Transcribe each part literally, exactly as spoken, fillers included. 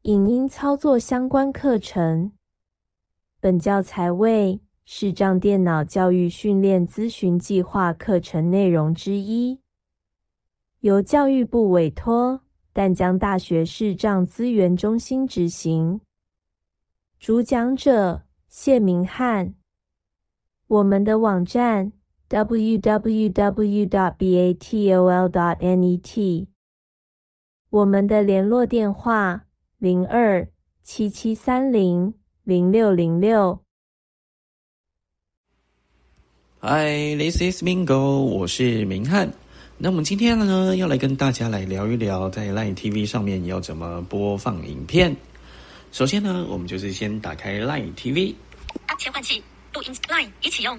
影音操作相关课程。本教材为视障电脑教育训练咨询计划课程内容之一，由教育部委托淡江大学视障资源中心执行。主讲者谢明翰。我们的网站 double-u double-u double-u dot batol dot net， 我们的联络电话零二七七三零零六零六。 Hi, this is Mingo， 我是明翰。那我们今天呢，要来跟大家来聊一聊，在 Line T V 上面要怎么播放影片。首先呢，我们就是先打开 Line T V， 切换器，录音 Line 已启用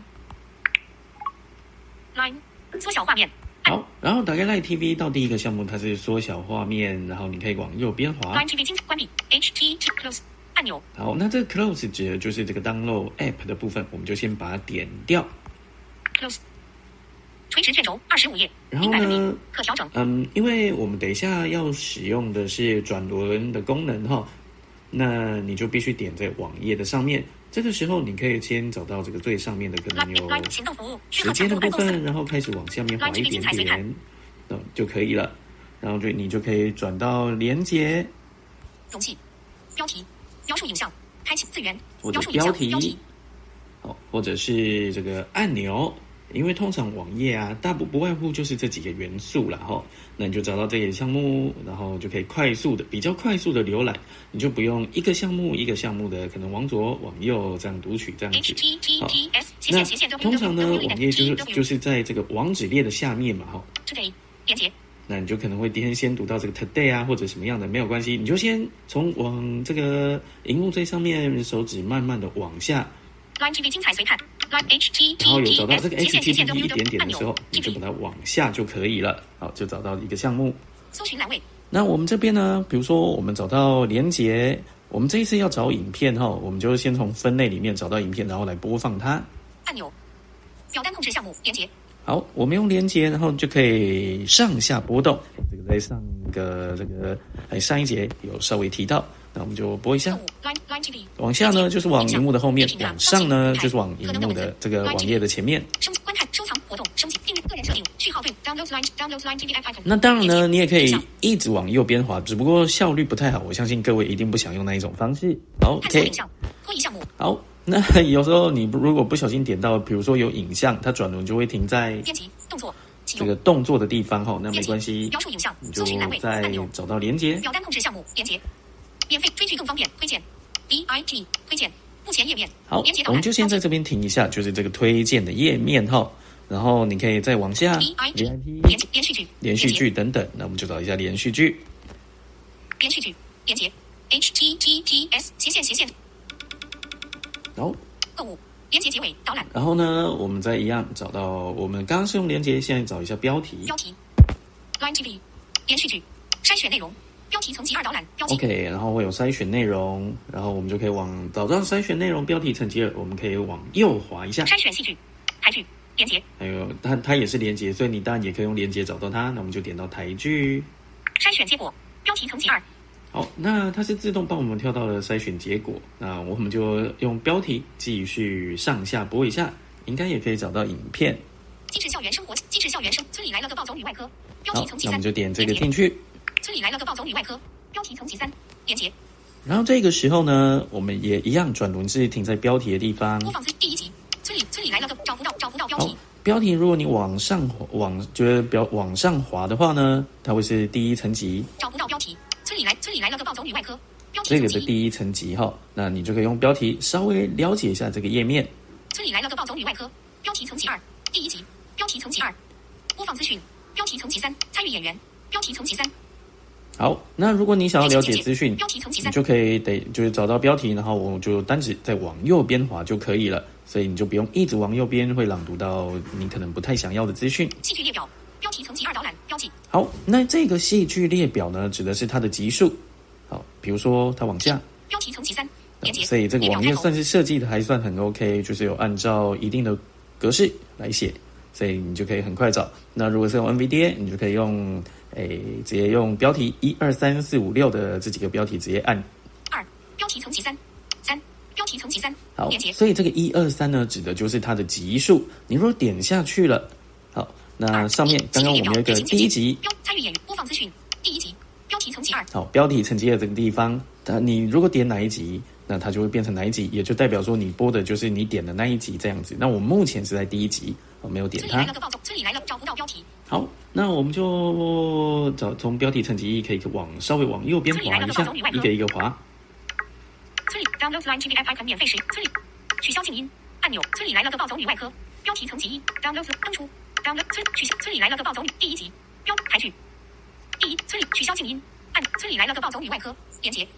，Line 缩小画面。 好，然后打开 Line T V 到第一个项目，它是缩小画面，然后你可以往右边滑。 Line T V 经关闭 ，H T T Close 按钮。 好，那这个 Close 指的就是这个 Download App 的部分，我们就先把它点掉。 Close， 垂直卷轴二十五页， 然后呢， 可调整。 嗯，因为我们等一下要使用的是转轮的功能哈，那你就必须点在网页的上面。这个时候你可以先找到这个最上面的可能有时间的部分，然后开始往下面滑一点点，嗯，就可以了。然后就你就可以转到连结、 容器、标题、描述影像、开启字源、 或者标题，好，或者是这个按钮。因为通常网页啊，大部不外乎就是这几个元素啦齁，那你就找到这些项目，然后就可以快速的、比较快速的浏览，你就不用一个项目一个项目的可能往左往右这样读取这样子。好，那通常呢，网页就是就是在这个网址列的下面嘛齁。 Today 连结。 那你就可能会先先读到这个 Today 啊，或者什么样的，没有关系，你就先从往这个荧幕最上面手指慢慢的往下。 Line T V 精彩随看。 然后有找到这个 H T T P 一点点的时候，你就把它往下就可以了。好，就找到一个项目。 搜寻栏位。那我们这边呢，比如说我们找到连结，我们这一次要找影片哈，我们就先从分类里面找到影片，然后来播放它。 按钮。表单控制项目连结。 好，我们用连结，然后就可以上下波动。这个在上个这个哎上一节有稍微提到。那我们就播一下。往下呢就是往荧幕的后面，往上呢就是往荧幕的这个网页的前面。 观看、收藏、活动、升级、订阅、个人设定、序号对 Download Line Download Line T V App。 那当然呢，你也可以一直往右边滑，只不过效率不太好。我相信各位一定不想用那一种方式。好 ，OK。好，那有时候你如果不小心点到，比如说有影像，它转轮就会停在编辑动作这个动作的地方哈，那没关系。 描述影像， 你就再找到连接。 表单控制项目连接。免费追剧更方便，推荐 D I T 推荐目前页面。 好，我们就先在这边停一下，就是这个推荐的页面哈。然后你可以再往下 D I T 连连续剧、 连续剧等等。那我们就找一下连续剧。 连续剧连接 H T T P S 斜线斜线。 好， 购物连接结尾导览。 然后呢，我们再一样找到我们刚刚是用连接，现在找一下标题。 标题 Line T V 连续剧筛选内容。标题层级二导览标记 OK， 然后会有筛选内容，然后我们就可以往找到筛选内容标题层级二，我们可以往右滑一下。 筛选戏剧、台剧连结， 还有它它也是连结，所以你当然也可以用连结找到它。那我们就点到台剧。 筛选结果标题层级二。 好，那它是自动帮我们跳到了筛选结果，那我们就用标题继续上下播一下，应该也可以找到影片。 机智校园生活，机智校园生，村里来了个暴走女外科，标题层级三。 那我们就点这个进去。 村里来了个暴走女外科，标题层级三，连结。 然后这个时候呢，我们也一样转轮是停在标题的地方。 播放第一集，村里村里来了个找不到找不到标题。 标题如果你往上往就是标往上滑的话呢，它会是第一层级。 找不到标题，村里来村里来了个暴走女外科，标题这个的第一层级哈，那你就可以用标题稍微了解一下这个页面。 村里来了个暴走女外科，标题层级二，第一集，标题层级二，播放资讯，标题层级三，参与演员，标题层级三。 好，那如果你想要了解资讯，你就可以得就是找到标题，然后我就单指再往右边滑就可以了，所以你就不用一直往右边，会朗读到你可能不太想要的资讯。 戏剧列表，标题层级二导览标记。 好，那这个戏剧列表呢，指的是它的集数。好，比如说它往下， 标题层级三，连结。 所以这个网页算是设计的还算很 OK， 就是有按照一定的格式来写，所以你就可以很快找。那如果是用 N V D A， 你就可以用。诶，直接用标题一二三四五六的这几个标题直接按标题层级三三标题层级三好连接， 所以这个一二三呢，指的就是它的级数。你如果点下去了，好，那上面刚刚我们有一个第一集标参与演员播放资讯第一集标题层级二， 好，标题层级二这个地方，它你如果点哪一集，那它就会变成哪一集，也就代表说你播的就是你点的那一集这样子。那我目前是在第一集，我没有点它。 村里来了个暴走，村里来了找不到标题。 好，那我们就找从标题层级一可以往稍微往右边滑一下，一个一个滑。 村里 download Line T V app icon 免费使用。村里取消静音按钮。村里来了个暴走女外科。标题层级一 download 登出 download 村取消村里来了个暴走女第一集标台剧第一村里取消静音按村里来了个暴走女外科连接。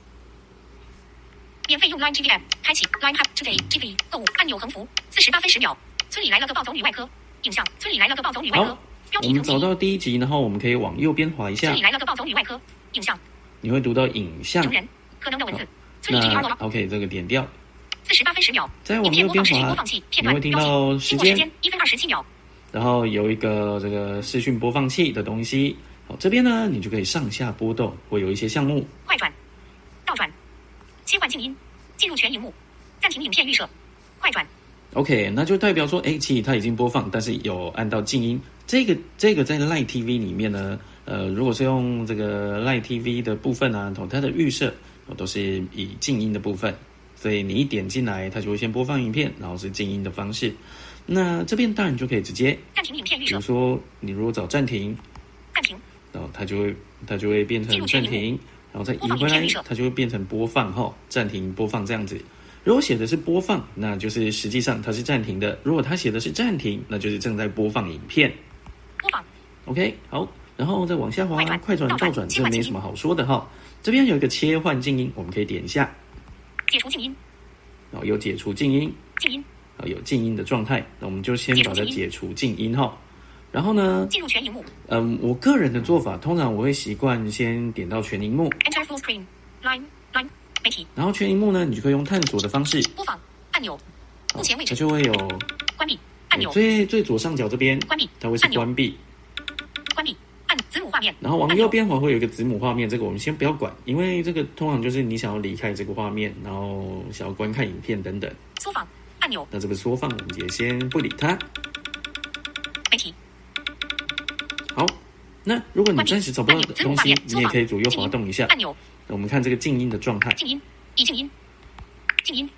免费用 Line T V app 开启 Line App Today T V 购物按钮横幅四十八分十秒。村里来了个暴走女外科影像。村里来了个暴走女外科。标题层级一。 我们找到第一集，然后我们可以往右边滑一下。 村里来了个暴走女外科影像。 你会读到影像。 成人可能的文字。村里 G P R 那 OK， 这个点掉。 四十八分十秒。 再往右边滑，你会听到时间一分二十七秒。 然后有一个这个视讯播放器的东西。好，这边呢，你就可以上下波动，会有一些项目。 快转、倒转、切换静音、进入全荧幕、暂停影片预设、快转。 OK， 那就代表说，哎，其实它已经播放，但是有按到静音。这个这个在 Line T V 里面呢，呃，如果是用这个 Line T V 的部分啊，它的预设都是以静音的部分，所以你一点进来，它就会先播放影片，然后是静音的方式。那这边当然就可以直接暂停影片预设， 比如说你如果找暂停， 暂停， 然后它就会它就会变成暂停，然后再移回来，它就会变成播放哈，暂停播放这样子。如果写的是播放，那就是实际上它是暂停的；如果它写的是暂停，那就是正在播放影片。 播放 ，OK， 好，然后再往下滑， 快转、 快转、倒转，这没什么好说的哈。这边有一个切换静音，我们可以点一下， 解除静音， 然后有解除静音， 静音， 啊，有静音的状态，那我们就先把它解除静音哈。然后呢， 进入全荧幕。 嗯，我个人的做法，通常我会习惯先点到全荧幕 ，Enter full screen line line 媒体， 然后全荧幕呢，你就可以用探索的方式播放按钮，目前位置它就会有关闭按钮， 最最左上角这边关闭， 它会是关闭， 关闭按子母画面， 然后往右边滑会有一个子母画面，这个我们先不要管，因为这个通常就是你想要离开这个画面，然后想要观看影片等等。 缩放按钮， 那这个缩放我们也先不理它。 媒体。 好，那如果你暂时找不到的东西，你也可以左右滑动一下按钮。 那我们看这个静音的状态。 静音，已静音，静音，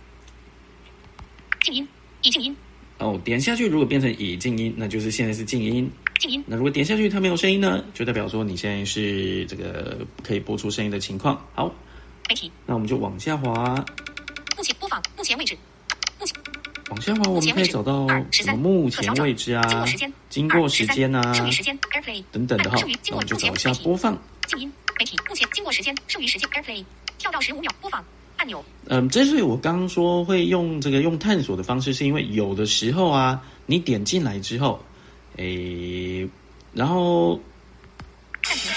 静音，已静音。 哦，点下去如果变成已静音，那就是现在是静音。 静音。 那如果点下去它没有声音呢，就代表说你现在是这个可以播出声音的情况。好， 媒体。 那我们就往下滑。 目前播放，目前位置。目前。 往下滑，我们可以找到什么目前位置啊、经过时间、经过时间啊、 剩余时间 AirPlay 等等的哈。那我们就找一下播放。 静音媒体目前经过时间剩余时间 AirPlay 跳到十五秒播放按钮。 嗯，之所以我刚刚说会用这个用探索的方式，是因为有的时候啊，你点进来之后，诶，然后暂停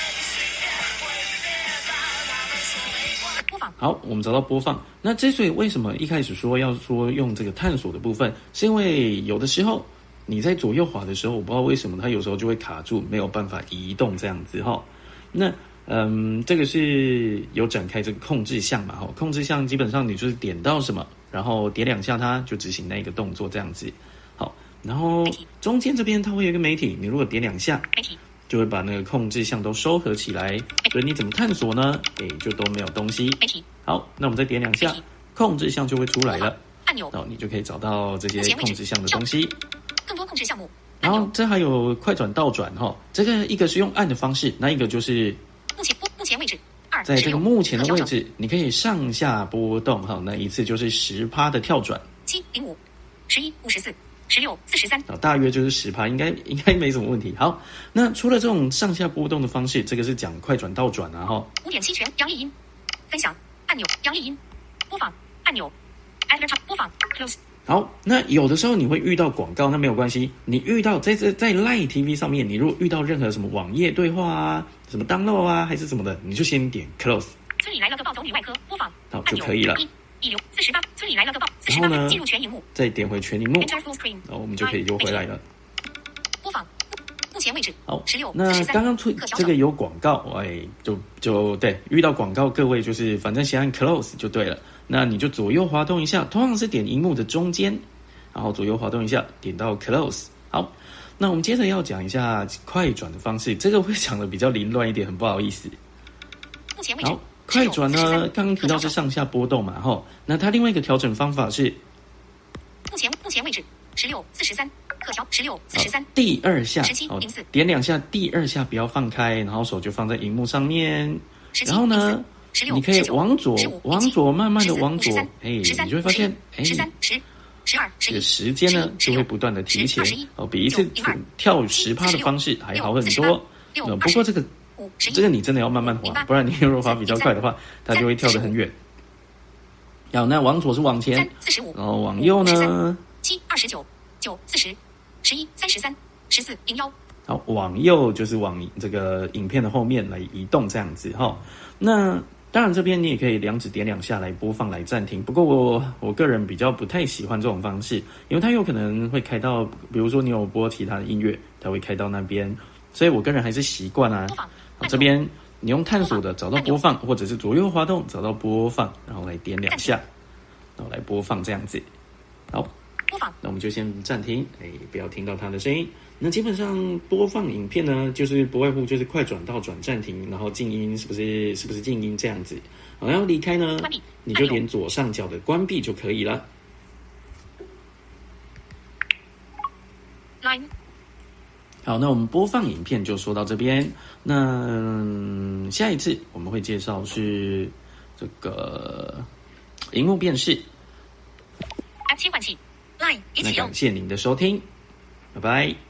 播放。 好，我们找到播放。那之所以为什么一开始说要说用这个探索的部分，是因为有的时候你在左右滑的时候，我不知道为什么它有时候就会卡住，没有办法移动这样子哈。那嗯，这个是有展开这个控制项嘛？哈，控制项基本上你就是点到什么，然后点两下它就执行那个动作这样子。好，然后中间这边它会有一个媒体，你如果点两下， 媒体就会把那个控制项都收合起来。所以你怎么探索呢？诶，就都没有东西。 媒体好，那我们再点两下，控制项就会出来了。 按钮， 然后你就可以找到这些控制项的东西。 更多控制项目。 然后这还有快转倒转哈，这个一个是用按的方式，那一个就是目前目前位置二， 在这个目前的位置，你可以上下波动哈，那一次就是十趴的跳转， 七零五，十一五十四，十六四十三， 啊，大约就是十趴，应该应该没什么问题。好，那除了这种上下波动的方式，这个是讲快转倒转啊哈。 五点七全杨丽音，分享按钮，杨丽音播放按钮 ，Advertise 播放 Close。 好，那有的时候你会遇到广告，那没有关系。你遇到在这在 Line T V 上面，你如果遇到任何什么网页对话啊、什么 download 啊，还是什么的，你就先点 Close。 村里来了个暴走女外科，播放好就可以了。 一一流四十八，村里来了个暴四十八分进入全荧幕， 再点回全荧幕， Enter full screen， 然后我们就可以又回来了。 播放目前前位置好， 十六， 那刚刚出这个有广告，哎，就就对，遇到广告，各位就是反正先按 close 就对了。那你就左右滑动一下，通常是点荧幕的中间，然后左右滑动一下，点到 close。好，那我们接着要讲一下快转的方式，这个会讲的比较凌乱一点，很不好意思。 目前位置。 好，快转呢，刚刚提到是上下波动嘛，吼，那它另外一个调整方法是， 目前目前位置十六四十三，可调十六四十三。 第二下， 十七零四， 点两下，第二下不要放开，然后手就放在荧幕上面，然后呢，你可以往左往左慢慢的往左，哎，你就会发现，哎，十三十。十二，这个时间呢就会不断的提前哦，比一次跳十趴的方式还好很多。嗯，不过这个这个你真的要慢慢滑，不然你如果滑比较快的话，它就会跳得很远。好，那往左是往前，然后往右呢， 七二十九九四十十一三十三十四零幺。 好，往右就是往这个影片的后面来移动这样子哈。那当然，这边你也可以两指点两下来播放、来暂停。不过我我个人比较不太喜欢这种方式，因为它有可能会开到，比如说你有播其他的音乐，它会开到那边，所以我个人还是习惯啊。好，这边你用探索的找到播放，或者是左右滑动找到播放，然后来点两下，然后来播放这样子。好， 播放， 那我们就先暂停，哎，不要听到它的声音。那基本上播放影片呢，就是不外乎就是快转到转暂停，然后静音是不是是不是静音这样子。好，要离开呢，你就点左上角的关闭就可以了。 Line。 好，那我们播放影片就说到这边。那、嗯、下一次我们会介绍是这个萤幕辨识。 App 切换器 Line 一起用。 那感谢您的收听，拜拜。